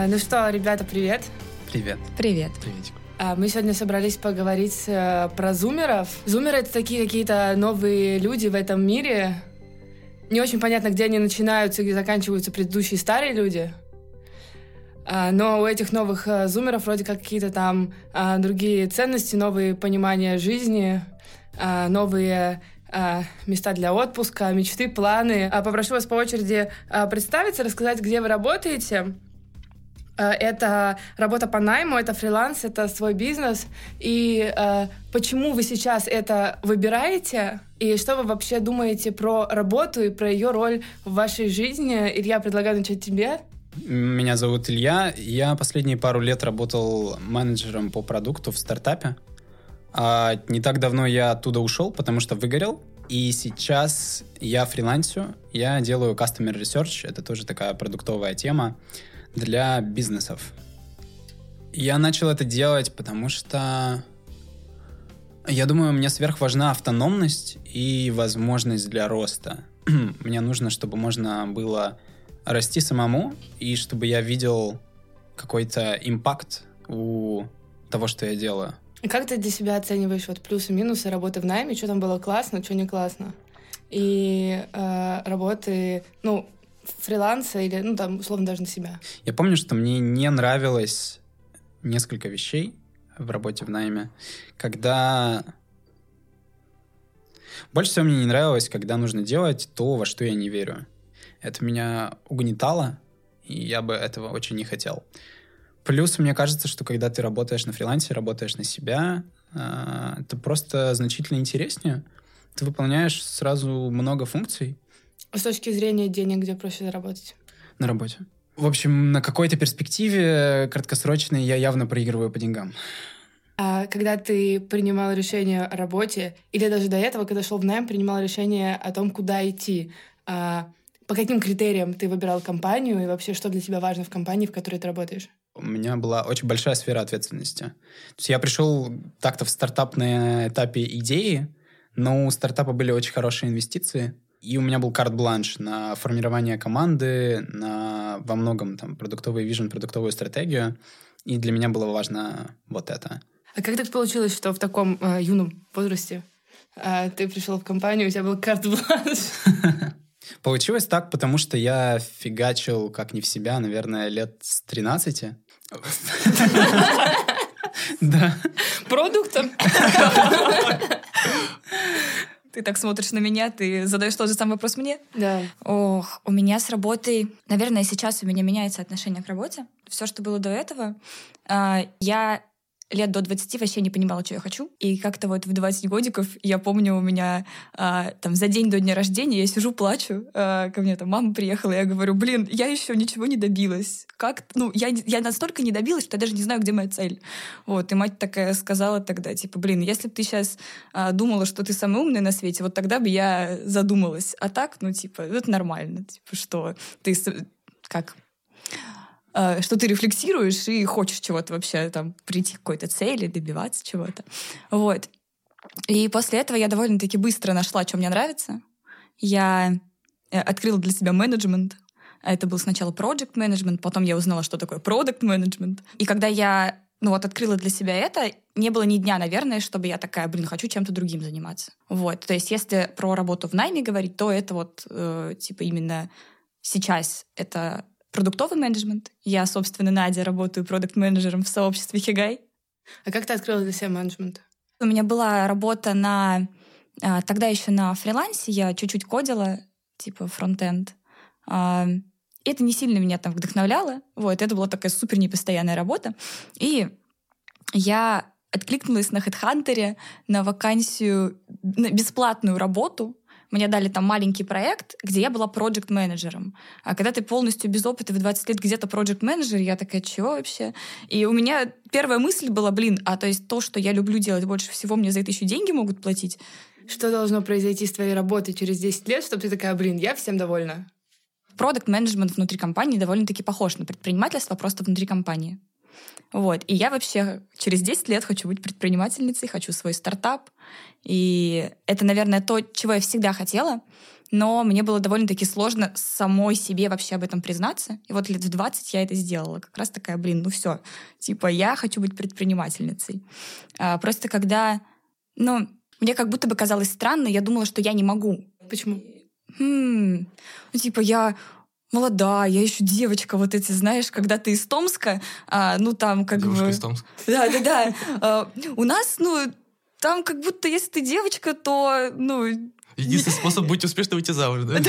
Ну что, ребята, привет. Привет. Привет. Приветик. Мы сегодня собрались поговорить про зумеров. Зумеры — это такие какие-то новые люди в этом мире. Не очень понятно, где они начинаются и где заканчиваются предыдущие старые люди. Но у этих новых зумеров вроде как какие-то там другие ценности, новые понимания жизни, новые места для отпуска, мечты, планы. Попрошу вас по очереди представиться, рассказать, где вы работаете. Это работа по найму, это фриланс, это свой бизнес. И почему вы сейчас это выбираете? И что вы вообще думаете про работу и про ее роль в вашей жизни? Илья, предлагаю начать тебе. Меня зовут Илья. Я последние пару лет работал менеджером по продукту в стартапе. Не так давно я оттуда ушел, потому что выгорел. И сейчас я фрилансю. Я делаю customer research. Это тоже такая продуктовая тема для бизнесов. Я начал это делать, потому что я думаю, мне сверхважна автономность и возможность для роста. Мне нужно, чтобы можно было расти самому, и чтобы я видел какой-то импакт у того, что я делаю. И как ты для себя оцениваешь вот плюсы и минусы работы в найме? Что там было классно, что не классно? И работы, фриланса или, там, условно, даже на себя. Я помню, что мне не нравилось несколько вещей в работе в найме, когда... Больше всего мне не нравилось, когда нужно делать то, во что я не верю. Это меня угнетало, и я бы этого очень не хотел. Плюс мне кажется, что когда ты работаешь на фрилансе, работаешь на себя, это просто значительно интереснее. Ты выполняешь сразу много функций. С точки зрения денег, где проще заработать? На работе. В общем, на какой-то перспективе краткосрочной я явно проигрываю по деньгам. А когда ты принимал решение о работе, или даже до этого, когда шел в найм, принимал решение о том, куда идти, по каким критериям ты выбирал компанию и вообще, что для тебя важно в компании, в которой ты работаешь? У меня была очень большая сфера ответственности. То есть я пришел так-то в стартап на этапе идеи, но у стартапа были очень хорошие инвестиции, и у меня был карт-бланш на формирование команды, на во многом там продуктовый вижн, продуктовую стратегию, и для меня было важно вот это. А как так получилось, что в таком юном возрасте ты пришел в компанию, у тебя был карт-бланш? Получилось так, потому что я фигачил как не в себя, наверное, лет с 13. Да. Продуктом? Ты так смотришь на меня, ты задаешь тот же самый вопрос мне? Да. Ох, у меня с работой... Наверное, сейчас у меня меняется отношение к работе. Все, что было до этого, я лет до 20 вообще не понимала, что я хочу. И как-то вот в 20 годиков, я помню, у меня там за день до дня рождения я сижу, плачу. Ко мне там мама приехала, и я говорю, я еще ничего не добилась. Я настолько не добилась, что я даже не знаю, где моя цель. Вот, и мать такая сказала тогда, если бы ты сейчас думала, что ты самый умный на свете, вот тогда бы я задумалась. А так, это нормально. Что ты что ты рефлексируешь и хочешь чего-то вообще там прийти к какой-то цели, добиваться чего-то. Вот. И после этого я довольно-таки быстро нашла, что мне нравится. Я открыла для себя менеджмент. Это был сначала project management, потом я узнала, что такое product management. И когда я открыла для себя это, не было ни дня, наверное, чтобы я такая, хочу чем-то другим заниматься. Вот. То есть если про работу в найме говорить, то это именно сейчас это продуктовый менеджмент. Я, собственно, Надя, работаю продакт-менеджером в сообществе Хигай. А как ты открыла для себя менеджмент? У меня была работа тогда еще на фрилансе, я чуть-чуть кодила, фронт-энд. И это не сильно меня там вдохновляло. Вот, это была такая супер непостоянная работа. И я откликнулась на HeadHunter на вакансию, на бесплатную работу. Мне дали там маленький проект, где я была проект-менеджером. А когда ты полностью без опыта в 20 лет где-то проект-менеджер, я такая, чего вообще? И у меня первая мысль была, то есть то, что я люблю делать больше всего, мне за это еще деньги могут платить. Что должно произойти с твоей работой через 10 лет, чтобы ты такая, я всем довольна? Продакт-менеджмент внутри компании довольно-таки похож на предпринимательство, просто внутри компании. Вот. И я вообще через 10 лет хочу быть предпринимательницей, хочу свой стартап. И это, наверное, то, чего я всегда хотела. Но мне было довольно-таки сложно самой себе вообще об этом признаться. И вот лет в 20 я это сделала. Как раз такая, ну все, типа я хочу быть предпринимательницей. Просто когда, мне как будто бы казалось странно, я думала, что я не могу. Почему? Типа я молодая, я еще девочка, вот эти, знаешь, когда ты из Томска, там как Девушка бы... из Томска. Да. У нас, там как будто если ты девочка, то, Единственный способ быть успешным — выйти замуж, да?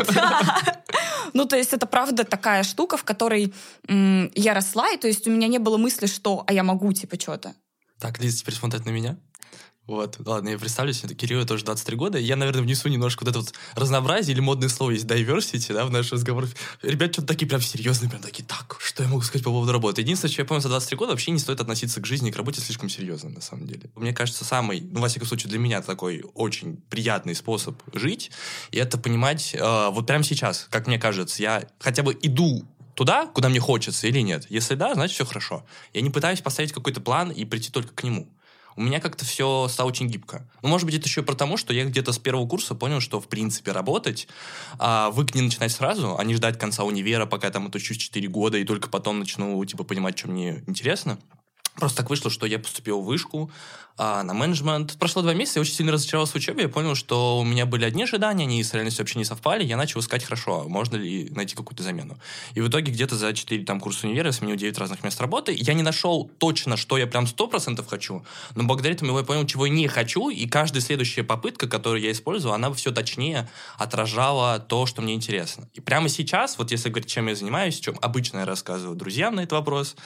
Да. То есть это правда такая штука, в которой я росла, и то есть у меня не было мысли, что я могу, типа, что-то. Так, Лиза теперь смотрит на меня. Вот, ладно, я представлюсь, Кириллу тоже 23 года. Я, наверное, внесу немножко вот это вот разнообразие, или модное слово есть diversity, да, в наш разговор. Ребят что-то такие прям серьезные, прям такие, так, что я могу сказать по поводу работы? Единственное, что я понял за 23 года, вообще не стоит относиться к жизни и к работе слишком серьезно, на самом деле. Мне кажется, самый, во всяком случае, для меня такой очень приятный способ жить, и это понимать вот прямо сейчас, как мне кажется, я хотя бы иду туда, куда мне хочется, или нет. Если да, значит, все хорошо. Я не пытаюсь поставить какой-то план и прийти только к нему. У меня как-то все стало очень гибко. Может быть, это еще потому, что я где-то с первого курса понял, что, в принципе, работать, не начинать сразу, а не ждать конца универа, пока я там отучусь 4 года, и только потом начну, понимать, что мне интересно. Просто так вышло, что я поступил в вышку на менеджмент. Прошло 2 месяца, я очень сильно разочаровался в учебе. Я понял, что у меня были одни ожидания, они с реальностью вообще не совпали. Я начал искать, хорошо, можно ли найти какую-то замену. И в итоге где-то за 4 курса универа я сменил 9 разных мест работы. Я не нашел точно, что я прям 100% хочу, но благодаря этому я понял, чего я не хочу, и каждая следующая попытка, которую я использовал, она все точнее отражала то, что мне интересно. И прямо сейчас, вот если говорить, чем я занимаюсь, чем обычно я рассказываю друзьям на этот вопрос,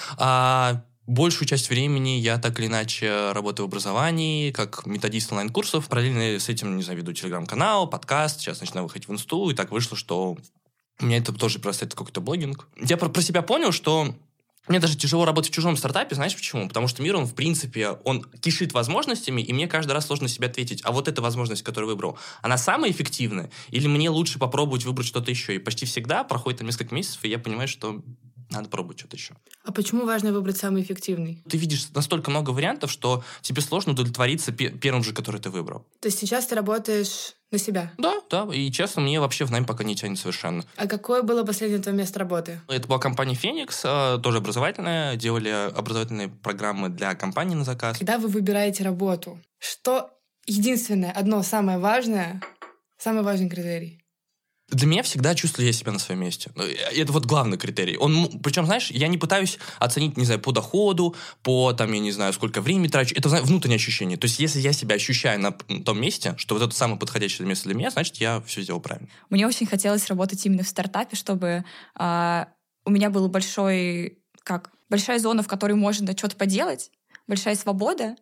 большую часть времени я так или иначе работаю в образовании, как методист онлайн-курсов. Параллельно с этим, веду телеграм-канал, подкаст. Сейчас начинаю выходить в инсту. И так вышло, что у меня это тоже просто какой-то блогинг. Я про себя понял, что мне даже тяжело работать в чужом стартапе. Знаешь почему? Потому что мир, он, в принципе, он кишит возможностями, и мне каждый раз сложно себе ответить, а вот эта возможность, которую выбрал, она самая эффективная? Или мне лучше попробовать выбрать что-то еще? И почти всегда проходит несколько месяцев, и я понимаю, что надо пробовать что-то еще. А почему важно выбрать самый эффективный? Ты видишь настолько много вариантов, что тебе сложно удовлетвориться первым же, который ты выбрал. То есть сейчас ты работаешь на себя? Да. И честно, мне вообще в найм пока не тянет совершенно. А какое было последнее твое место работы? Это была компания «Феникс», тоже образовательная. Делали образовательные программы для компаний на заказ. Когда вы выбираете работу, что единственное, одно самый важный критерий? Для меня всегда чувствую я себя на своем месте. Это вот главный критерий. Причем, знаешь, я не пытаюсь оценить, по доходу, сколько времени трачу. Это внутреннее ощущение. То есть, если я себя ощущаю на том месте, что вот это самое подходящее место для меня, значит, я все сделал правильно. Мне очень хотелось работать именно в стартапе, чтобы у меня была большая зона, в которой можно что-то поделать, большая свобода.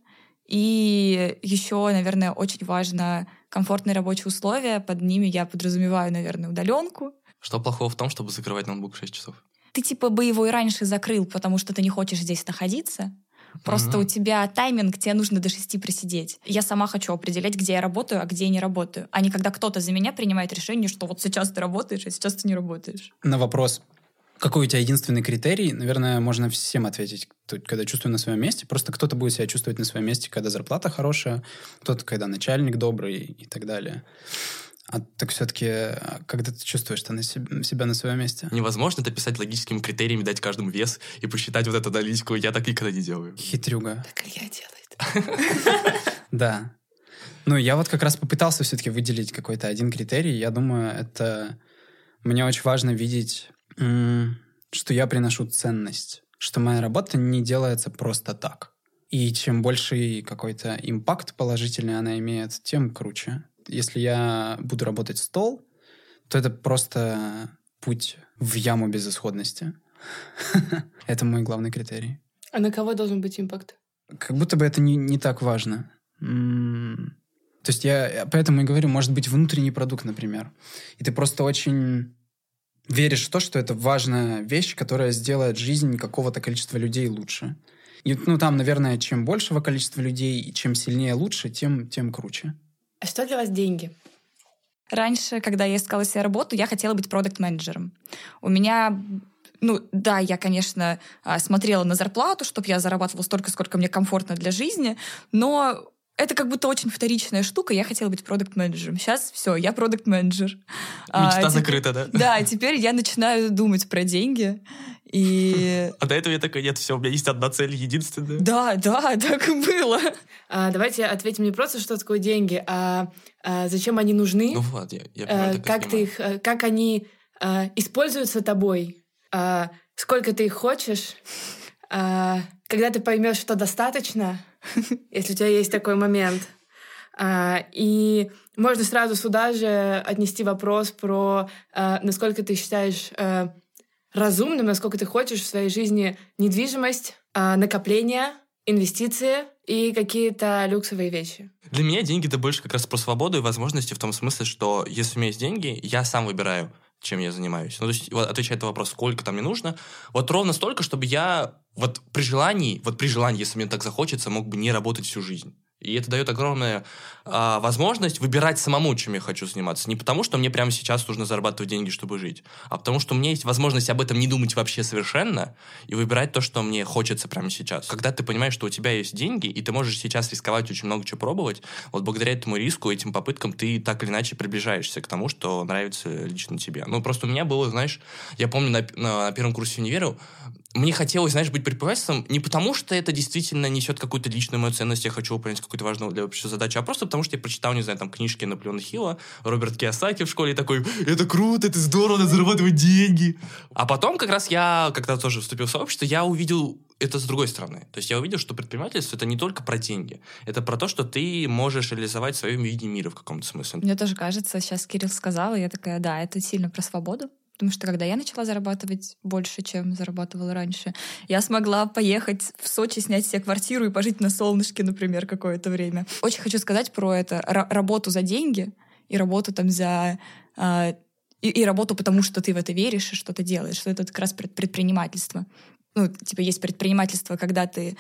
И еще, наверное, очень важно комфортные рабочие условия. Под ними я подразумеваю, наверное, удаленку. Что плохого в том, чтобы закрывать ноутбук в 6 часов? Ты бы его и раньше закрыл, потому что ты не хочешь здесь находиться. Просто у тебя тайминг, тебе нужно до 6 просидеть. Я сама хочу определять, где я работаю, а где я не работаю. А не когда кто-то за меня принимает решение, что вот сейчас ты работаешь, а сейчас ты не работаешь. На вопрос, какой у тебя единственный критерий, наверное, можно всем ответить, когда чувствую на своем месте. Просто кто-то будет себя чувствовать на своем месте, когда зарплата хорошая, кто-то, когда начальник добрый и так далее. А так все-таки, когда ты чувствуешь себя на своем месте? Невозможно это писать логическими критериями, дать каждому вес и посчитать вот эту аналитику. Я так никогда не делаю. Хитрюга. Так Илья делает. Да. Я вот как раз попытался все-таки выделить какой-то один критерий. Я думаю, это... Мне очень важно видеть... что я приношу ценность, что моя работа не делается просто так. И чем больший какой-то импакт положительный она имеет, тем круче. Если я буду работать в стол, то это просто путь в яму безысходности. Это мой главный критерий. А на кого должен быть импакт? Как будто бы это не так важно. То есть я поэтому и говорю, может быть, внутренний продукт, например. И ты просто очень... веришь в то, что это важная вещь, которая сделает жизнь какого-то количества людей лучше. И, там, наверное, чем большего количества людей, и чем сильнее лучше, тем круче. А что для вас деньги? Раньше, когда я искала себе работу, я хотела быть продакт-менеджером. У меня ну, да, я, конечно, смотрела на зарплату, чтобы я зарабатывала столько, сколько мне комфортно для жизни, но это как будто очень вторичная штука. Я хотела быть продакт-менеджером. Сейчас все, я продакт-менеджер. Мечта закрыта, да? Да, теперь я начинаю думать про деньги. И... А до этого я такой, нет, все, у меня есть одна цель, единственная. Да, так и было. Давайте ответим не просто, что такое деньги, а зачем они нужны. Ну вот, я понимаю, как они используются тобой, сколько ты их хочешь, когда ты поймешь, что достаточно, если у тебя есть такой момент. И можно сразу сюда же отнести вопрос про насколько ты считаешь разумным, насколько ты хочешь в своей жизни недвижимость, накопления, инвестиции и какие-то люксовые вещи. Для меня деньги — это больше как раз про свободу и возможности в том смысле, что если у меня есть деньги, я сам выбираю, чем я занимаюсь. Ну, то есть, вот, отвечая на вопрос, сколько там мне нужно, вот ровно столько, чтобы я при желании, если мне так захочется, мог бы не работать всю жизнь. И это дает огромную возможность выбирать самому, чем я хочу заниматься. Не потому, что мне прямо сейчас нужно зарабатывать деньги, чтобы жить, а потому, что у меня есть возможность об этом не думать вообще совершенно и выбирать то, что мне хочется прямо сейчас. Когда ты понимаешь, что у тебя есть деньги, и ты можешь сейчас рисковать, очень много чего пробовать, вот благодаря этому риску, этим попыткам ты так или иначе приближаешься к тому, что нравится лично тебе. Ну, просто у меня было, знаешь, я помню на первом курсе универа, мне хотелось, знаешь, быть предпринимателем не потому, что это действительно несет какую-то личную мою ценность, я хочу выполнять какую-то важную для общества задачу, а просто потому, что я прочитал, не знаю, там, книжки Наполеона Хилла, Роберт Кийосаки в школе, и такой, это круто, это здорово, надо зарабатывать деньги. А потом как раз я, когда тоже вступил в сообщество, я увидел это с другой стороны. То есть я увидел, что предпринимательство — это не только про деньги, это про то, что ты можешь реализовать свое видение мира в каком-то смысле. Мне тоже кажется, сейчас Кирилл сказал, и я такая, да, это сильно про свободу. Потому что когда я начала зарабатывать больше, чем зарабатывала раньше, я смогла поехать в Сочи, снять себе квартиру и пожить на солнышке, например, какое-то время. Очень хочу сказать про это. Работу за деньги и работу там за... И работу потому, что ты в это веришь и что-то делаешь. Что это как раз предпринимательство. Ну, типа, есть предпринимательство, когда ты,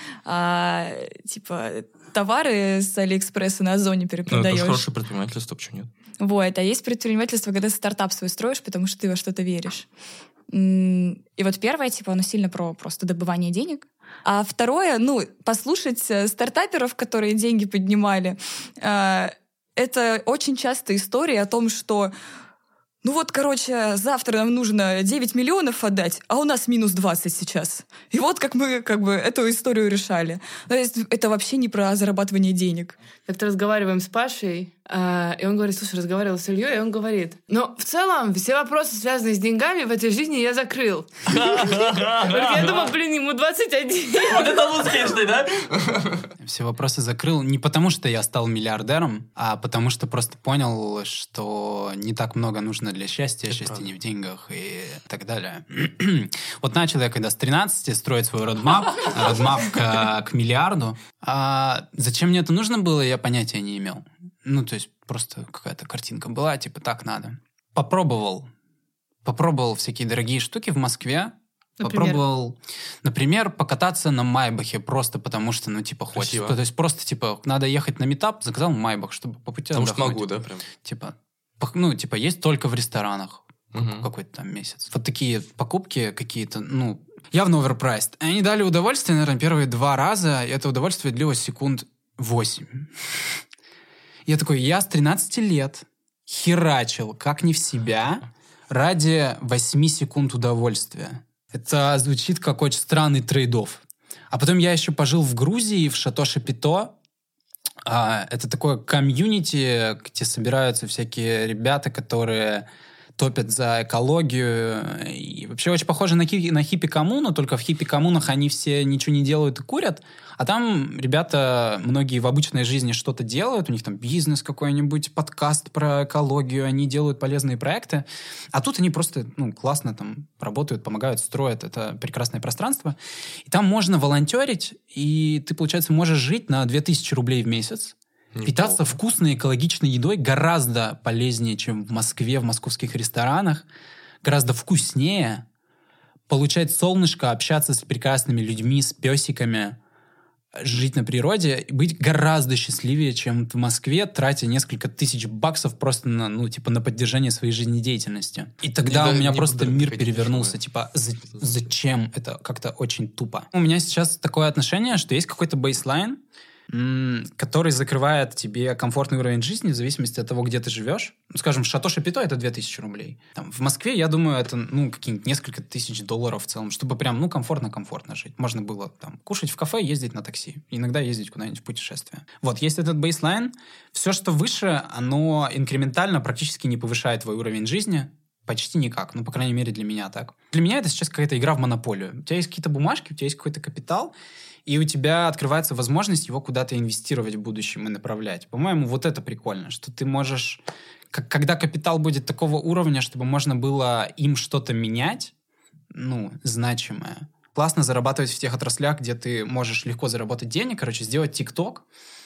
типа, товары с Алиэкспресса на Озоне перепродаешь. Ну, это хорошее предпринимательство, почему нет? Вот, а есть предпринимательство, когда ты стартап свой строишь, потому что ты во что-то веришь. И вот первое, типа, оно сильно про просто добывание денег. А второе, ну, послушать стартаперов, которые деньги поднимали, это очень часто история о том, что ну вот, короче, завтра нам нужно 9 миллионов отдать, а у нас минус 20 сейчас. И вот как мы эту историю решали. То есть это вообще не про зарабатывание денег. Как-то разговариваем с Пашей, и он говорит, слушай, разговаривал с Ильей, и он говорит, но в целом все вопросы, связанные с деньгами, в этой жизни я закрыл. Я думал, ему 21. Вот это успешный, да? Все вопросы закрыл не потому, что я стал миллиардером, а потому что просто понял, что не так много нужно для счастья, счастье не в деньгах и так далее. Вот начал я когда с 13 строить свой родмап к миллиарду. А зачем мне это нужно было, я понятия не имел. Ну, то есть просто какая-то картинка была, типа так надо. Попробовал всякие дорогие штуки в Москве. Попробовал, например, покататься на Майбахе просто потому, что, ну, типа, хочется. Красиво. То есть просто, типа, надо ехать на митап, заказал Майбах, чтобы по пути потому отдохнуть. что могу, да, прям? Типа, есть только в ресторанах какой-то там месяц. Вот такие покупки какие-то, ну, явно оверпрайсд. Они дали удовольствие, наверное, первые 2 раза, и это удовольствие длилось секунд 8. Я такой, я с 13 лет херачил, как не в себя, ради 8 секунд удовольствия. Это звучит как очень странный трейд-офф. А потом я еще пожил в Грузии, в Шато-Шапито. Это такое комьюнити, где собираются всякие ребята, которые топят за экологию. И вообще очень похоже на хиппи-коммуну, только в хиппи-коммунах они все ничего не делают и курят. А там ребята, многие в обычной жизни что-то делают, у них там бизнес какой-нибудь, подкаст про экологию, они делают полезные проекты. А тут они просто, ну, классно там работают, помогают, строят это прекрасное пространство. И там можно волонтерить, и ты, получается, можешь жить на 2000 рублей в месяц. Питаться вкусной экологичной едой гораздо полезнее, чем в Москве, в московских ресторанах. Гораздо вкуснее. Получать солнышко, общаться с прекрасными людьми, с песиками. жить на природе и быть гораздо счастливее, чем в Москве, тратя несколько тысяч баксов просто на, на поддержание своей жизнедеятельности. И тогда у меня просто мир перевернулся. Зачем? Это как-то очень тупо. У меня сейчас такое отношение, что есть какой-то бейслайн, который закрывает тебе комфортный уровень жизни в зависимости от того, где ты живешь. Скажем, в Шато-Шапито это 2000 рублей. В Москве, я думаю, это какие-нибудь несколько тысяч долларов в целом, чтобы прям комфортно жить. Можно было кушать в кафе, ездить на такси. Иногда ездить куда-нибудь в путешествие. Есть этот бейслайн. Все, что выше, оно инкрементально практически не повышает твой уровень жизни. Почти никак. По крайней мере, для меня так. Для меня это сейчас какая-то игра в монополию. У тебя есть какие-то бумажки, у тебя есть какой-то капитал, и у тебя открывается возможность его куда-то инвестировать в будущем и направлять. По-моему, вот это прикольно, что ты можешь... Когда капитал будет такого уровня, чтобы можно было им что-то менять, значимое. Классно зарабатывать в тех отраслях, где ты можешь легко заработать денег, сделать ТикТок,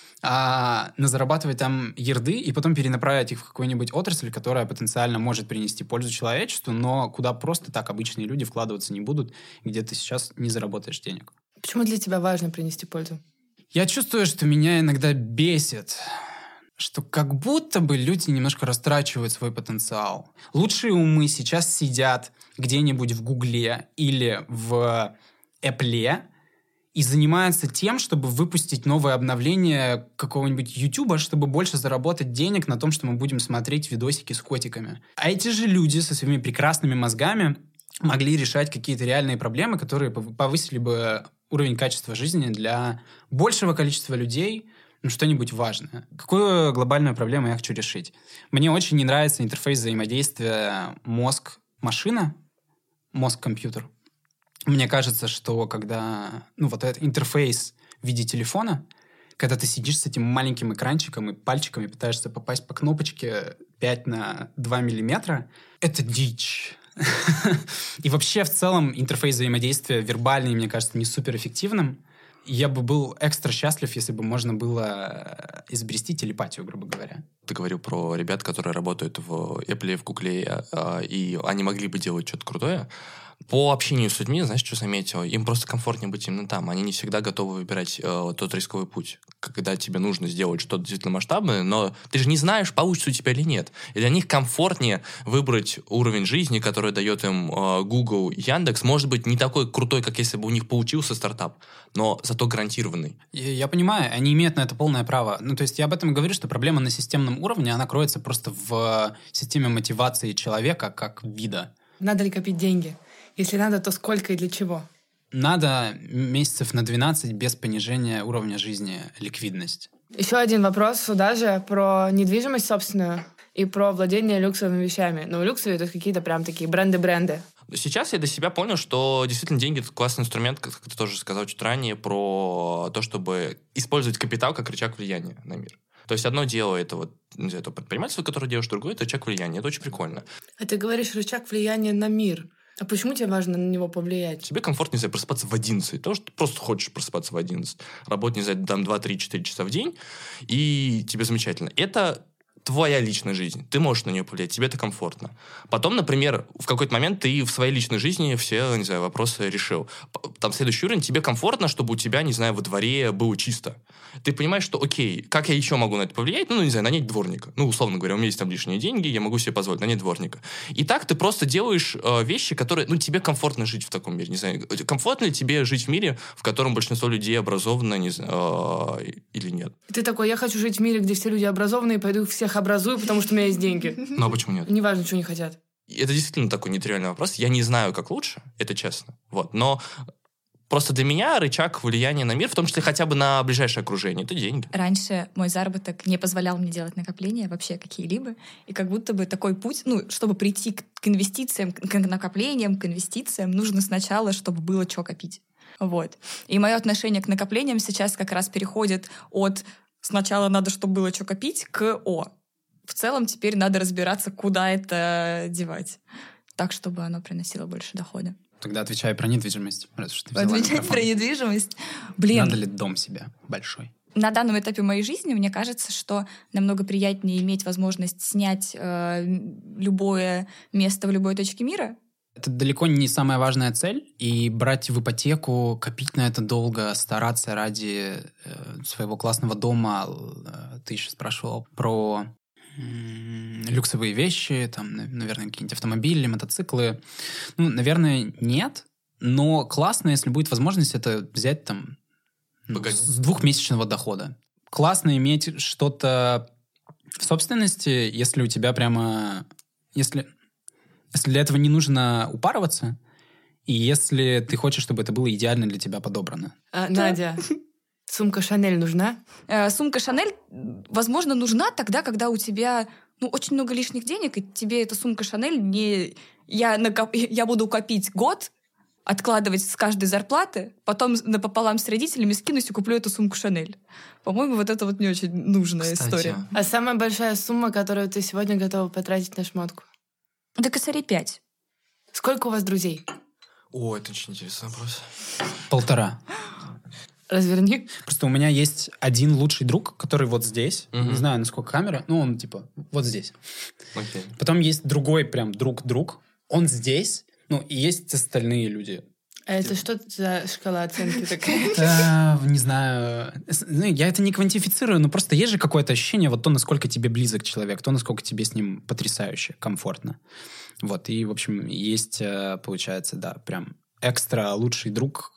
зарабатывать там ерды и потом перенаправить их в какую-нибудь отрасль, которая потенциально может принести пользу человечеству, но куда просто так обычные люди вкладываться не будут, где ты сейчас не заработаешь денег. Почему для тебя важно принести пользу? Я чувствую, что меня иногда бесит, что как будто бы люди немножко растрачивают свой потенциал. Лучшие умы сейчас сидят где-нибудь в Гугле или в Apple и занимаются тем, чтобы выпустить новое обновление какого-нибудь Ютуба, чтобы больше заработать денег на том, что мы будем смотреть видосики с котиками. А эти же люди со своими прекрасными мозгами могли решать какие-то реальные проблемы, которые повысили бы уровень качества жизни для большего количества людей, что-нибудь важное. Какую глобальную проблему я хочу решить? Мне очень не нравится интерфейс взаимодействия мозг-машина, мозг-компьютер. Мне кажется, что когда... этот интерфейс в виде телефона, когда ты сидишь с этим маленьким экранчиком и пальчиками пытаешься попасть по кнопочке 5 на 2 миллиметра, это дичь. И вообще, в целом, интерфейс взаимодействия вербальный, мне кажется, не суперэффективным. Я бы был экстра счастлив, если бы можно было изобрести телепатию, грубо говоря. Ты говорил про ребят, которые работают в Apple, в Гугле, и они могли бы делать что-то крутое. По общению с людьми, знаешь, что заметил? Им просто комфортнее быть именно там. Они не всегда готовы выбирать тот рисковый путь, когда тебе нужно сделать что-то действительно масштабное, но ты же не знаешь, получится у тебя или нет. И для них комфортнее выбрать уровень жизни, который дает им Google, Яндекс. Может быть, не такой крутой, как если бы у них получился стартап, но зато гарантированный. Я понимаю, они имеют на это полное право. То есть я об этом и говорю, что проблема на системном уровне, она кроется просто в системе мотивации человека как вида. Надо ли копить деньги? Если надо, то сколько и для чего? Надо месяцев на 12 без понижения уровня жизни ликвидность. Еще один вопрос сюда же про недвижимость собственную и про владение люксовыми вещами. Люксовые — это какие-то прям такие бренды. Сейчас я для себя понял, что действительно деньги — это классный инструмент, как ты тоже сказал чуть ранее, про то, чтобы использовать капитал как рычаг влияния на мир. То есть одно дело — это это предпринимательство, которое делаешь, другое — это рычаг влияния. Это очень прикольно. А ты говоришь рычаг влияния на мир. А почему тебе важно на него повлиять? Тебе комфортно, не знаю, просыпаться в 11. Потому что ты просто хочешь просыпаться в 11. Работать, не знаю, 2, 3, 4 часа в день. И тебе замечательно. Это твоя личная жизнь. Ты можешь на нее повлиять. Тебе это комфортно. Потом, например, в какой-то момент ты в своей личной жизни все, не знаю, вопросы решил. Там следующий уровень. Тебе комфортно, чтобы у тебя, не знаю, во дворе было чисто. Ты понимаешь, что окей, как я еще могу на это повлиять? Не знаю, нанять дворника. Условно говоря, у меня есть там лишние деньги, я могу себе позволить нанять дворника. И так ты просто делаешь вещи, которые, тебе комфортно жить в таком мире. Не знаю, комфортно ли тебе жить в мире, в котором большинство людей образовано, не знаю, или нет? Ты такой: я хочу жить в мире, где все люди образованные, пойду их всех образую, потому что у меня есть деньги. Ну а почему нет? Неважно, что они хотят. Это действительно такой нетривиальный вопрос. Я не знаю, как лучше, это честно. Но просто для меня рычаг влияния на мир, в том числе хотя бы на ближайшее окружение, это деньги. Раньше мой заработок не позволял мне делать накопления вообще какие-либо. И как будто бы такой путь, чтобы прийти к инвестициям, к накоплениям, к инвестициям, нужно сначала, чтобы было что копить. И мое отношение к накоплениям сейчас как раз переходит от «сначала надо, чтобы было что копить» к в целом теперь надо разбираться, куда это девать, так, чтобы оно приносило больше дохода. Тогда отвечай про недвижимость. Отвечать про недвижимость? Надо ли дом себе большой? На данном этапе моей жизни мне кажется, что намного приятнее иметь возможность снять любое место в любой точке мира. это далеко не самая важная цель, и брать в ипотеку, копить на это долго, стараться ради своего классного дома. Ты еще спрашивал про люксовые вещи, там, наверное, какие-нибудь автомобили, мотоциклы. Ну, наверное, нет, но классно, если будет возможность это взять там с 2-месячного дохода. Классно иметь что-то в собственности, если у тебя прямо... Если для этого не нужно упарываться, и если ты хочешь, чтобы это было идеально для тебя подобрано. Надя, сумка Шанель нужна? Сумка Шанель, возможно, нужна тогда, когда у тебя очень много лишних денег, и тебе эта сумка Шанель не... Я буду копить год, откладывать с каждой зарплаты, потом напополам с родителями скинусь и куплю эту сумку Шанель. По-моему, вот это вот не очень нужная история. А самая большая сумма, которую ты сегодня готова потратить на шмотку? Да косарей 5. Сколько у вас друзей? О, это очень интересный вопрос. 1,5. Разверни. Просто у меня есть один лучший друг, который вот здесь. Не знаю, насколько камера. Ну, он типа вот здесь. Окей. Потом есть другой прям друг. Он здесь. Ну, и есть остальные люди. А это что за шкала оценки такая? Не знаю. Я это не квантифицирую, но просто есть же какое-то ощущение, вот то, насколько тебе близок человек, то, насколько тебе с ним потрясающе, комфортно. Вот, и, в общем, есть, получается, да, прям экстра лучший друг,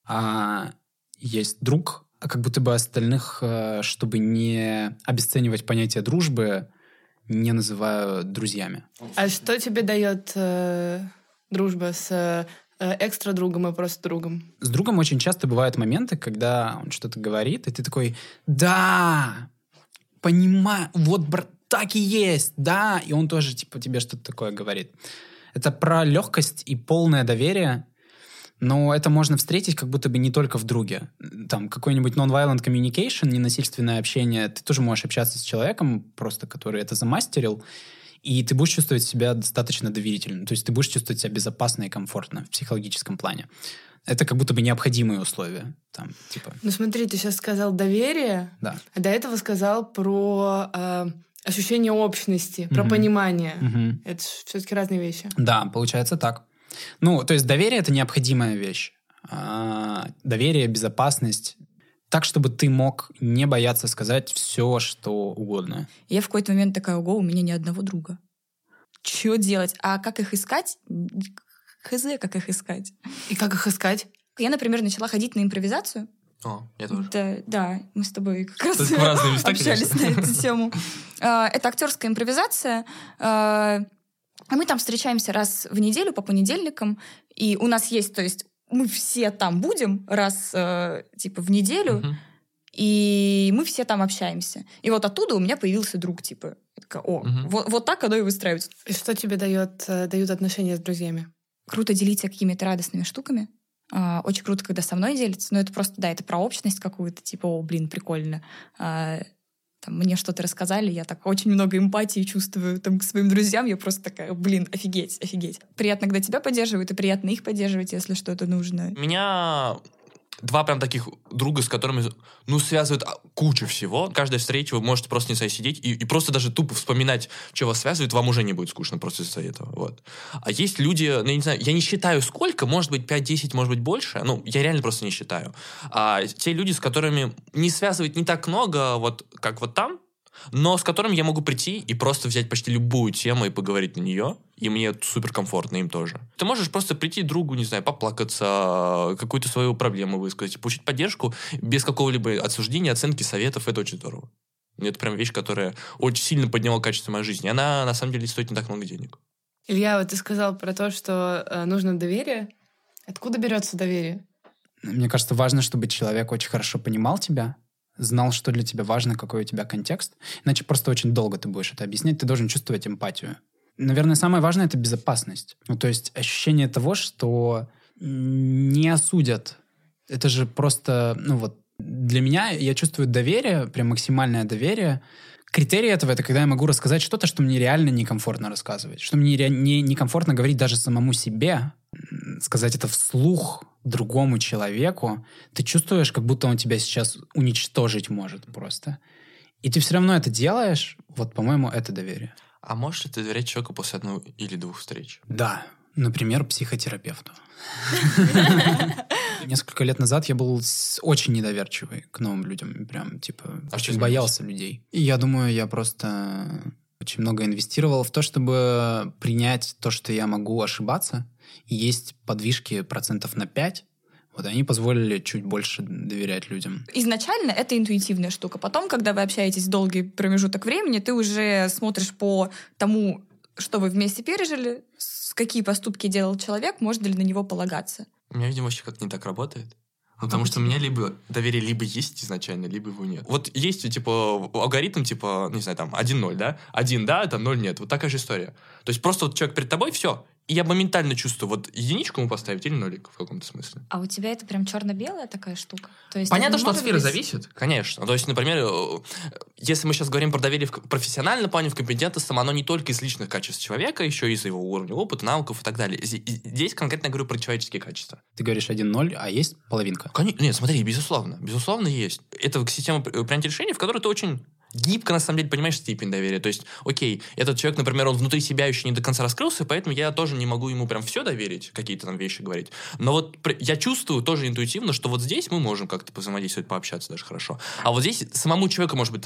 а есть друг, а как будто бы остальных, чтобы не обесценивать понятие дружбы, не называю друзьями. А что тебе дает дружба с экстра другом и просто другом? С другом очень часто бывают моменты, когда он что-то говорит, и ты такой: да, понимаю, вот, брат, так и есть, да, и он тоже типа тебе что-то такое говорит. Это про легкость и полное доверие, но это можно встретить как будто бы не только в друге. Там какой-нибудь non-violent communication, ненасильственное общение, ты тоже можешь общаться с человеком, просто который это замастерил, и ты будешь чувствовать себя достаточно доверительным. То есть ты будешь чувствовать себя безопасно и комфортно в психологическом плане. Это как будто бы необходимые условия. Там, типа. Ну смотри, ты сейчас сказал доверие, Да. А до этого сказал про ощущение общности, про понимание. Это все-таки разные вещи. Да, получается так. Ну, то есть доверие — это необходимая вещь. Доверие, безопасность. Так, чтобы ты мог не бояться сказать все, что угодно. Я в какой-то момент такая: ого, у меня ни одного друга. Что делать? А как их искать? Хз, как их искать. И как их искать? Я, например, начала ходить на импровизацию. О, я тоже. Да, мы с тобой как раз Только в разные места, общались на эту тему. Это актерская импровизация. Мы там встречаемся раз в неделю по понедельникам, и у нас есть, то есть мы все там будем раз типа в неделю, и мы все там общаемся. И вот оттуда у меня появился друг, типа, я такая: вот так оно и выстраивается. И что тебе дают отношения с друзьями? Круто делиться какими-то радостными штуками. Очень круто, когда со мной делятся. Но это просто, да, это про общность какую-то, типа: о, блин, прикольно. Там, мне что-то рассказали, я так очень много эмпатии чувствую там к своим друзьям. Я просто такая: блин, офигеть. Приятно, когда тебя поддерживают, и приятно их поддерживать, если что-то нужно. Меня два прям таких друга, с которыми, связывает куча всего. Каждая встреча вы можете просто не знаю, сидеть и просто даже тупо вспоминать, что вас связывает, вам уже не будет скучно просто из-за этого. Вот. А есть люди, я не знаю, я не считаю сколько, может быть 5-10, может быть больше, я реально просто не считаю. А те люди, с которыми не связывает не так много, вот как вот там, но с которыми я могу прийти и просто взять почти любую тему и поговорить на нее, и мне супер комфортно им тоже. Ты можешь просто прийти другу, не знаю, поплакаться, какую-то свою проблему высказать, получить поддержку без какого-либо осуждения, оценки, советов. Это очень здорово. Это прям вещь, которая очень сильно подняла качество моей жизни. Она, на самом деле, стоит не так много денег. Илья, вот ты сказал про то, что нужно доверие. Откуда берется доверие? Мне кажется, важно, чтобы человек очень хорошо понимал тебя, знал, что для тебя важно, какой у тебя контекст. Иначе просто очень долго ты будешь это объяснять. Ты должен чувствовать эмпатию. Наверное, самое важное — это безопасность. То есть ощущение того, что не осудят. Это же просто, для меня я чувствую доверие, прям максимальное доверие. Критерий этого — это когда я могу рассказать что-то, что мне реально некомфортно рассказывать. Что мне некомфортно говорить даже самому себе. Сказать это вслух другому человеку. Ты чувствуешь, как будто он тебя сейчас уничтожить может просто. И ты все равно это делаешь. Вот, по-моему, это доверие. А можешь ли ты доверять человеку после 1 или 2 встреч? Да. Например, психотерапевту. Несколько лет назад я был очень недоверчивый к новым людям. Прям, очень боялся людей. И я думаю, я просто очень много инвестировал в то, чтобы принять то, что я могу ошибаться. И есть подвижки 5%. Вот они позволили чуть больше доверять людям. Изначально это интуитивная штука. Потом, когда вы общаетесь долгий промежуток времени, ты уже смотришь по тому, что вы вместе пережили, какие поступки делал человек, можно ли на него полагаться. У меня, видимо, вообще как-то не так работает. Потому что у меня либо доверие либо есть изначально, либо его нет. Вот есть, алгоритм, не знаю, 1-0, да? 1 да, 0 нет. Вот такая же история. То есть просто человек перед тобой, все. И я моментально чувствую, единичку ему поставить или нолик в каком-то смысле. А у тебя это прям черно-белая такая штука? То есть понятно, что от сферы зависит, конечно. То есть, например, если мы сейчас говорим про доверие в профессиональном плане, в компетентностном, оно не только из личных качеств человека, еще и из его уровня опыта, навыков и так далее. Здесь конкретно я говорю про человеческие качества. Ты говоришь 1-0, а есть половинка? Нет, смотри, безусловно. Безусловно, есть. Это система принятия решений, в которой ты очень гибко, на самом деле, понимаешь степень доверия. То есть, окей, этот человек, например, он внутри себя еще не до конца раскрылся, поэтому я тоже не могу ему прям все доверить, какие-то там вещи говорить. Но я чувствую тоже интуитивно, что вот здесь мы можем как-то взаимодействовать, пообщаться даже хорошо. А вот здесь самому человеку может быть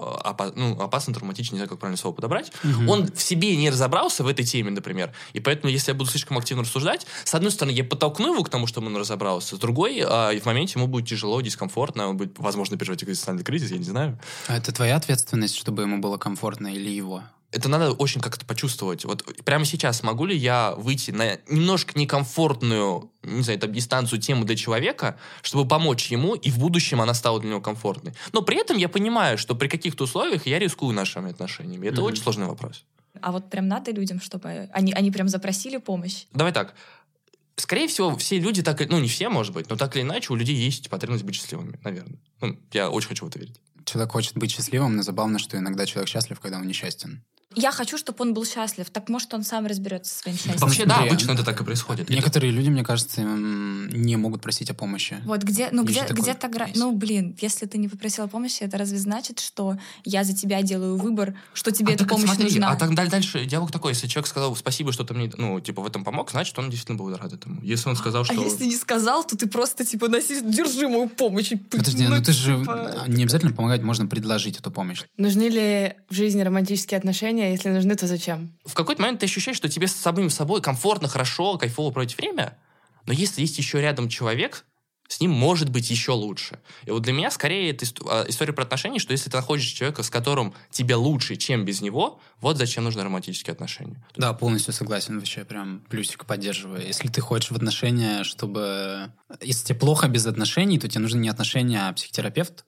опасно, травматично, не знаю, как правильно слово подобрать. Угу. Он в себе не разобрался в этой теме, например. И поэтому, если я буду слишком активно рассуждать, с одной стороны, я подтолкну его к тому, чтобы он разобрался, с другой, в моменте ему будет тяжело, дискомфортно, он будет, возможно, переживать экзистенциальный кризис, я не знаю. А это твоя ответственность, чтобы ему было комфортно, или его? Это надо очень как-то почувствовать. Вот прямо сейчас могу ли я выйти на немножко некомфортную, не знаю, дистанцию, тему для человека, чтобы помочь ему, и в будущем она стала для него комфортной. Но при этом я понимаю, что при каких-то условиях я рискую нашими отношениями. Это очень сложный вопрос. А вот прям надо людям, чтобы они прям запросили помощь? Давай так. Скорее всего, все люди так... не все, может быть, но так или иначе у людей есть потребность быть счастливыми, наверное. Я очень хочу в это верить. Человек хочет быть счастливым, но забавно, что иногда человек счастлив, когда он несчастен. Я хочу, чтобы он был счастлив. Так может, он сам разберется со своим счастьем. Вообще, да, обычно это так и происходит. Некоторые люди, мне кажется, не могут просить о помощи. Вот где-то грань. Если ты не попросила помощи, это разве значит, что я за тебя делаю выбор, что тебе эта помощь нужна? А так дальше диалог такой. Если человек сказал спасибо, что ты мне, в этом помог, значит, он действительно был рад этому. Если он сказал, что... А если не сказал, то ты просто, держи мою помощь. Подожди, ты же не обязательно помогать, можно предложить эту помощь. Нужны ли в жизни романтические отношения? Если нужны, то зачем? В какой-то момент ты ощущаешь, что тебе с самим собой комфортно, хорошо, кайфово проводить время, но если есть еще рядом человек, с ним может быть еще лучше. И вот для меня скорее это история про отношения, что если ты находишь человека, с которым тебе лучше, чем без него, вот зачем нужны романтические отношения. Да, полностью согласен, вообще прям плюсик поддерживаю. Если ты хочешь в отношения, чтобы... Если тебе плохо без отношений, то тебе нужны не отношения, а психотерапевт.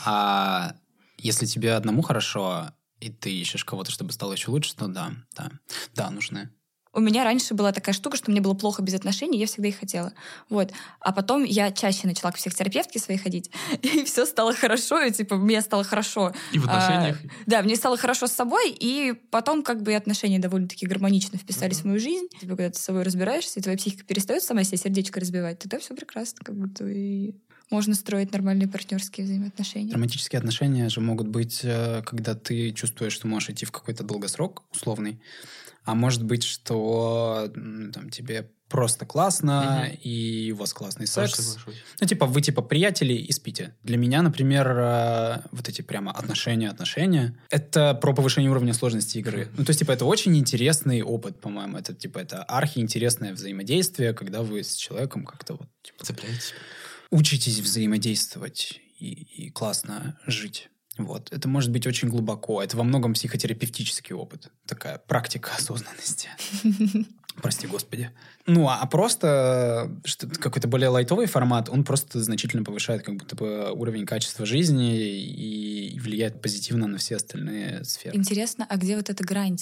А если тебе одному хорошо, и ты ищешь кого-то, чтобы стало еще лучше, то да, нужны. У меня раньше была такая штука, что мне было плохо без отношений, я всегда их хотела. Вот. А потом я чаще начала к психотерапевтке своей ходить, и все стало хорошо, и мне стало хорошо. И в отношениях? Да, мне стало хорошо с собой, и потом и отношения довольно-таки гармонично вписались в мою жизнь. Когда ты с собой разбираешься, и твоя психика перестает сама себе сердечко разбивать, тогда все прекрасно, и можно строить нормальные партнерские взаимоотношения. Романтические отношения же могут быть, когда ты чувствуешь, что можешь идти в какой-то долгосрок условный, а может быть, что тебе просто классно, и у вас классный секс. Вы приятели и спите. Для меня, например, вот эти прямо отношения, это про повышение уровня сложности игры. Это очень интересный опыт, по-моему. Это архиинтересное взаимодействие, когда вы с человеком как-то цепляетесь. Учитесь взаимодействовать и классно жить. Это может быть очень глубоко. Это во многом психотерапевтический опыт. Такая практика осознанности. Прости, Господи. А просто какой-то более лайтовый формат, он просто значительно повышает как будто бы уровень качества жизни и влияет позитивно на все остальные сферы. Интересно, а где эта грань?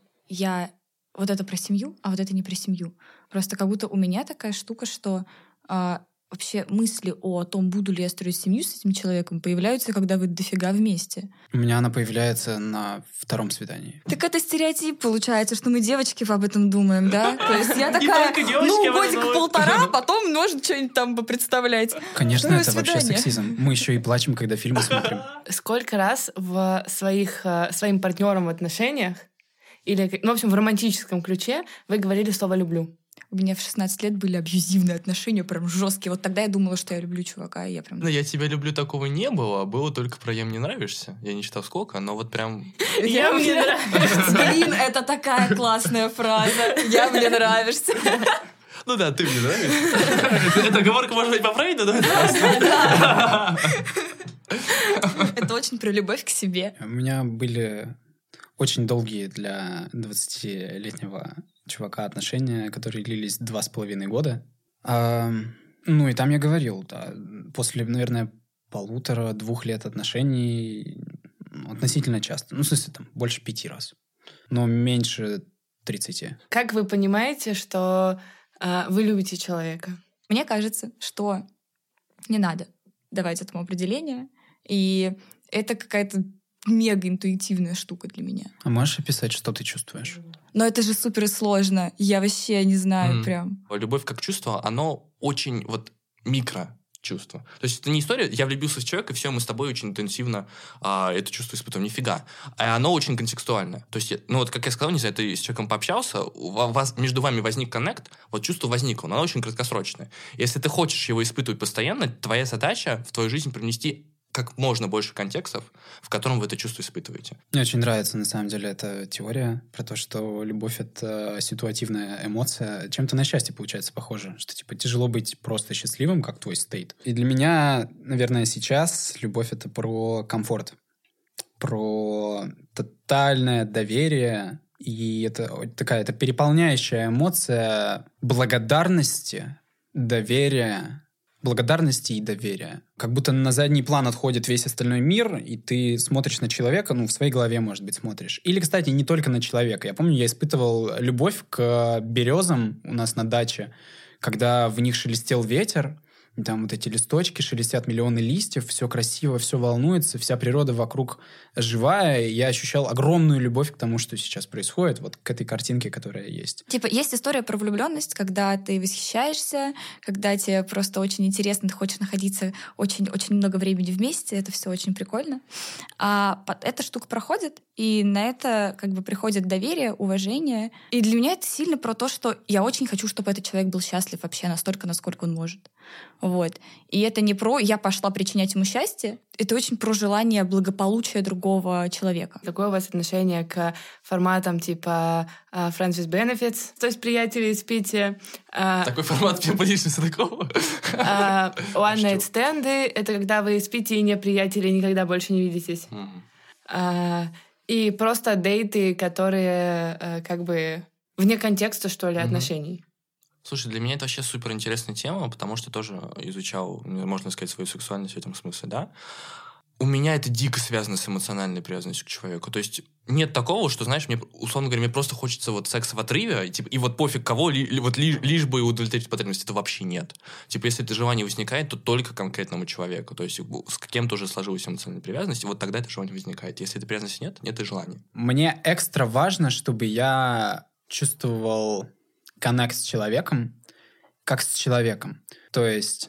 Я вот это про семью, а вот это не про семью. Просто как будто у меня такая штука, что... Вообще мысли о том, буду ли я строить семью с этим человеком, появляются, когда вы дофига вместе. У меня она появляется на втором свидании. Так это стереотип получается, что мы девочки об этом думаем, да? То есть я такая, годик-полтора, потом может что-нибудь там представлять. Конечно, это вообще сексизм. Мы еще и плачем, когда фильмы смотрим. Сколько раз своим партнером в отношениях или, в романтическом ключе вы говорили слово «люблю»? у меня в 16 лет были абьюзивные отношения, прям жесткие. Вот тогда я думала, что я люблю чувака, и я прям... Ну, я тебя люблю, такого не было. Было только про «я мне нравишься». Я не читал сколько, но вот прям... Я мне нравишься. Блин, это такая классная фраза. Я мне нравишься. Ну да, ты мне нравишься. Эта оговорка, может быть, поправить, но да? Это очень про любовь к себе. У меня были очень долгие для 20-летнего чувака отношения, которые длились 2,5 года. Ну, и там я говорил, да, после, наверное, 1,5-2 лет отношений относительно часто. Ну, в смысле, там, больше 5 раз. Но меньше 30. Как вы понимаете, что вы любите человека? Мне кажется, что не надо давать этому определение, и это какая-то мега интуитивная штука для меня. А можешь описать, что ты чувствуешь? Но это же супер сложно. Я вообще не знаю прям. Любовь как чувство, оно очень вот микро чувство. То есть это не история, я влюбился в человека, и все, мы с тобой очень интенсивно это чувство испытываем. Нифига. А оно очень контекстуальное. То есть, ну вот, как я сказал, не знаю, ты с человеком пообщался, между вами возник коннект, вот чувство возникло, но оно очень краткосрочное. Если ты хочешь его испытывать постоянно, твоя задача в твою жизнь принести как можно больше контекстов, в котором вы это чувство испытываете. Мне очень нравится, на самом деле, эта теория про то, что любовь — это ситуативная эмоция. Чем-то на счастье, получается, похоже. Что, типа, тяжело быть просто счастливым, как твой стейт. И для меня, наверное, сейчас любовь — это про комфорт. Про тотальное доверие. И это такая переполняющая эмоция благодарности, доверия, благодарности и доверия. Как будто на задний план отходит весь остальной мир, и ты смотришь на человека, ну, в своей голове, может быть, смотришь. Или, кстати, не только на человека. Я помню, я испытывал любовь к березам у нас на даче, когда в них шелестел ветер, и там вот эти листочки, шелестят миллионы листьев, все красиво, все волнуется, вся природа вокруг живая, и я ощущал огромную любовь к тому, что сейчас происходит, вот к этой картинке, которая есть. Типа, есть история про влюбленность, когда ты восхищаешься, когда тебе просто очень интересно, ты хочешь находиться очень-очень много времени вместе, это все очень прикольно. А эта штука проходит, и на это как бы приходит доверие, уважение. И для меня это сильно про то, что я очень хочу, чтобы этот человек был счастлив вообще настолько, насколько он может. Вот. И это не про «я пошла причинять ему счастье», это очень про желание благополучия другого человека. Какое у вас отношение к форматам типа Friends with Benefits, то есть приятели спите? Такой формат поделишься такого? One Night Stand — это когда вы спите и не приятели, никогда больше не видитесь. И просто дейты, которые как бы вне контекста, что ли, отношений. Слушай, для меня это вообще супер интересная тема, потому что тоже изучал, можно сказать, свою сексуальность в этом смысле, да. У меня это дико связано с эмоциональной привязанностью к человеку. То есть нет такого, что, знаешь, мне, условно говоря, мне просто хочется вот секса в отрыве, и вот пофиг кого, лишь бы удовлетворить потребность. Это вообще нет. Типа, если это желание возникает, то только конкретному человеку. То есть с кем-то уже сложилась эмоциональная привязанность, и вот тогда это желание возникает. Если этой привязанности нет, нет и желания. Мне экстра важно, чтобы я чувствовал коннект с человеком, как с человеком. То есть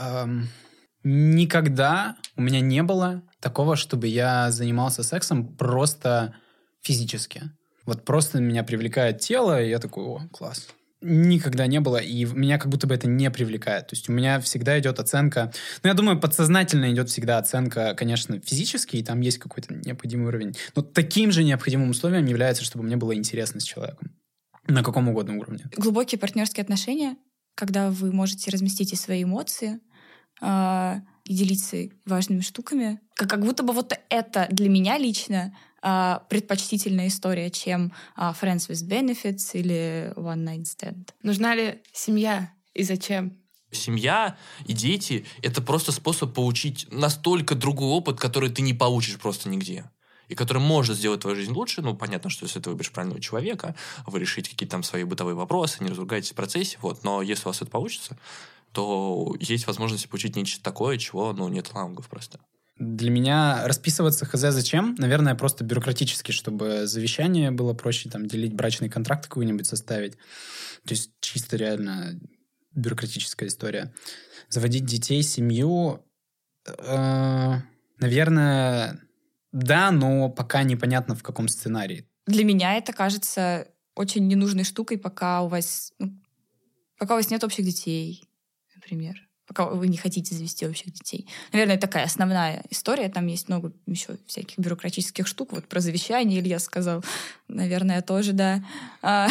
никогда у меня не было такого, чтобы я занимался сексом просто физически. Вот просто меня привлекает тело, и я такой: о, класс. Никогда не было, и меня как будто бы это не привлекает. То есть у меня всегда идет оценка... Ну, я думаю, подсознательно идет всегда оценка, конечно, физически, и там есть какой-то необходимый уровень. Но таким же необходимым условием является, чтобы мне было интересно с человеком. На каком угодно уровне. Глубокие партнерские отношения, когда вы можете разместить и свои эмоции, и делиться важными штуками. Как будто бы вот это для меня лично предпочтительная история, чем Friends with Benefits или One Night Stand. Нужна ли семья и зачем? Семья и дети — это просто способ получить настолько другой опыт, который ты не получишь просто нигде. И который может сделать твою жизнь лучше. Ну, понятно, что если ты выберешь правильного человека, вы решите какие-то там свои бытовые вопросы, не разругаетесь в процессе, вот. Но если у вас это получится, то есть возможность получить нечто такое, чего, ну, нет аналогов просто. Для меня расписываться хз зачем? Наверное, просто бюрократически, чтобы завещание было проще, там, делить брачный контракт какой-нибудь составить. То есть чисто реально бюрократическая история. Заводить детей, семью, наверное... Да, но пока непонятно, в каком сценарии. Для меня это кажется очень ненужной штукой, пока у вас пока у вас нет общих детей, например, пока вы не хотите завести общих детей. Наверное, такая основная история. Там есть много еще всяких бюрократических штук. Вот про завещание Илья сказал. Наверное, тоже, да. А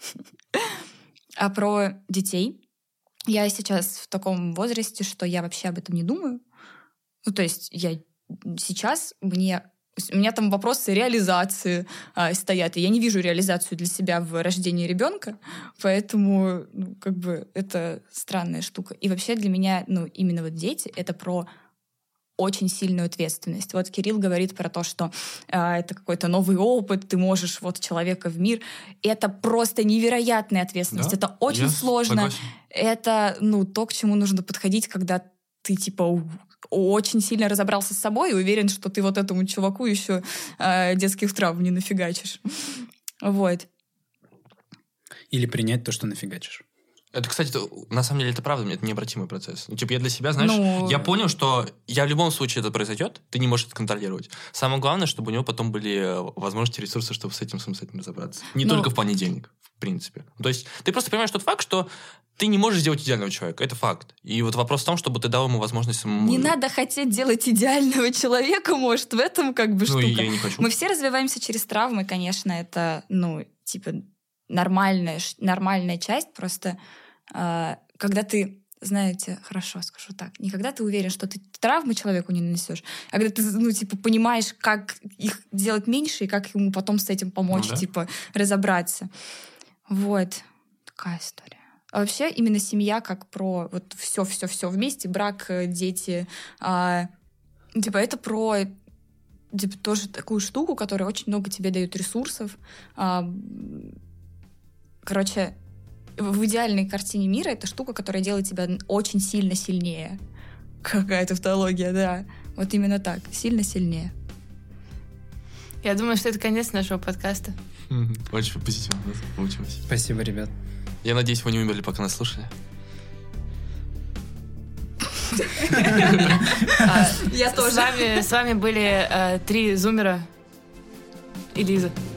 про детей. Я сейчас в таком возрасте, что я вообще об этом не думаю. Ну, то есть я сейчас у меня там вопросы реализации стоят, и я не вижу реализацию для себя в рождении ребенка, поэтому как бы это странная штука. И вообще для меня именно вот дети — это про очень сильную ответственность. Вот Кирилл говорит про то, что это какой-то новый опыт, ты можешь вот человека в мир. Это просто невероятная ответственность. Да? Это очень сложно. Согласен. Это то, к чему нужно подходить, когда ты типа очень сильно разобрался с собой и уверен, что ты вот этому чуваку еще детских травм не нафигачишь. Вот. Или принять то, что нафигачишь. Это, кстати, на самом деле, это правда, это необратимый процесс. Я для себя, знаешь, я понял, что в любом случае это произойдет, ты не можешь это контролировать. Самое главное, чтобы у него потом были возможности, ресурсы, чтобы с этим разобраться. Не только в плане денег, в принципе. То есть ты просто понимаешь тот факт, что ты не можешь сделать идеального человека. Это факт. И вот вопрос в том, чтобы ты дал ему возможность самому... Не надо хотеть делать идеального человека, может, в этом как бы штука. Я не хочу. Мы все развиваемся через травмы, конечно, это, нормальная часть, просто когда ты, знаете, хорошо скажу так, не когда ты уверен, что ты травмы человеку не нанесешь, а когда ты, понимаешь, как их делать меньше и как ему потом с этим помочь, разобраться. Вот. Такая история. А вообще именно семья как про вот все вместе, брак, дети, это про тоже такую штуку, которая очень много тебе дает ресурсов. Короче, в идеальной картине мира это штука, которая делает тебя очень сильно сильнее. Какая тавтология, да. Вот именно так. Сильно сильнее. Я думаю, что это конец нашего подкаста. Очень позитивно получилось. Спасибо, ребят. Я надеюсь, вы не умерли, пока нас слушали. Я тоже. С вами были 3 зумера и Лиза.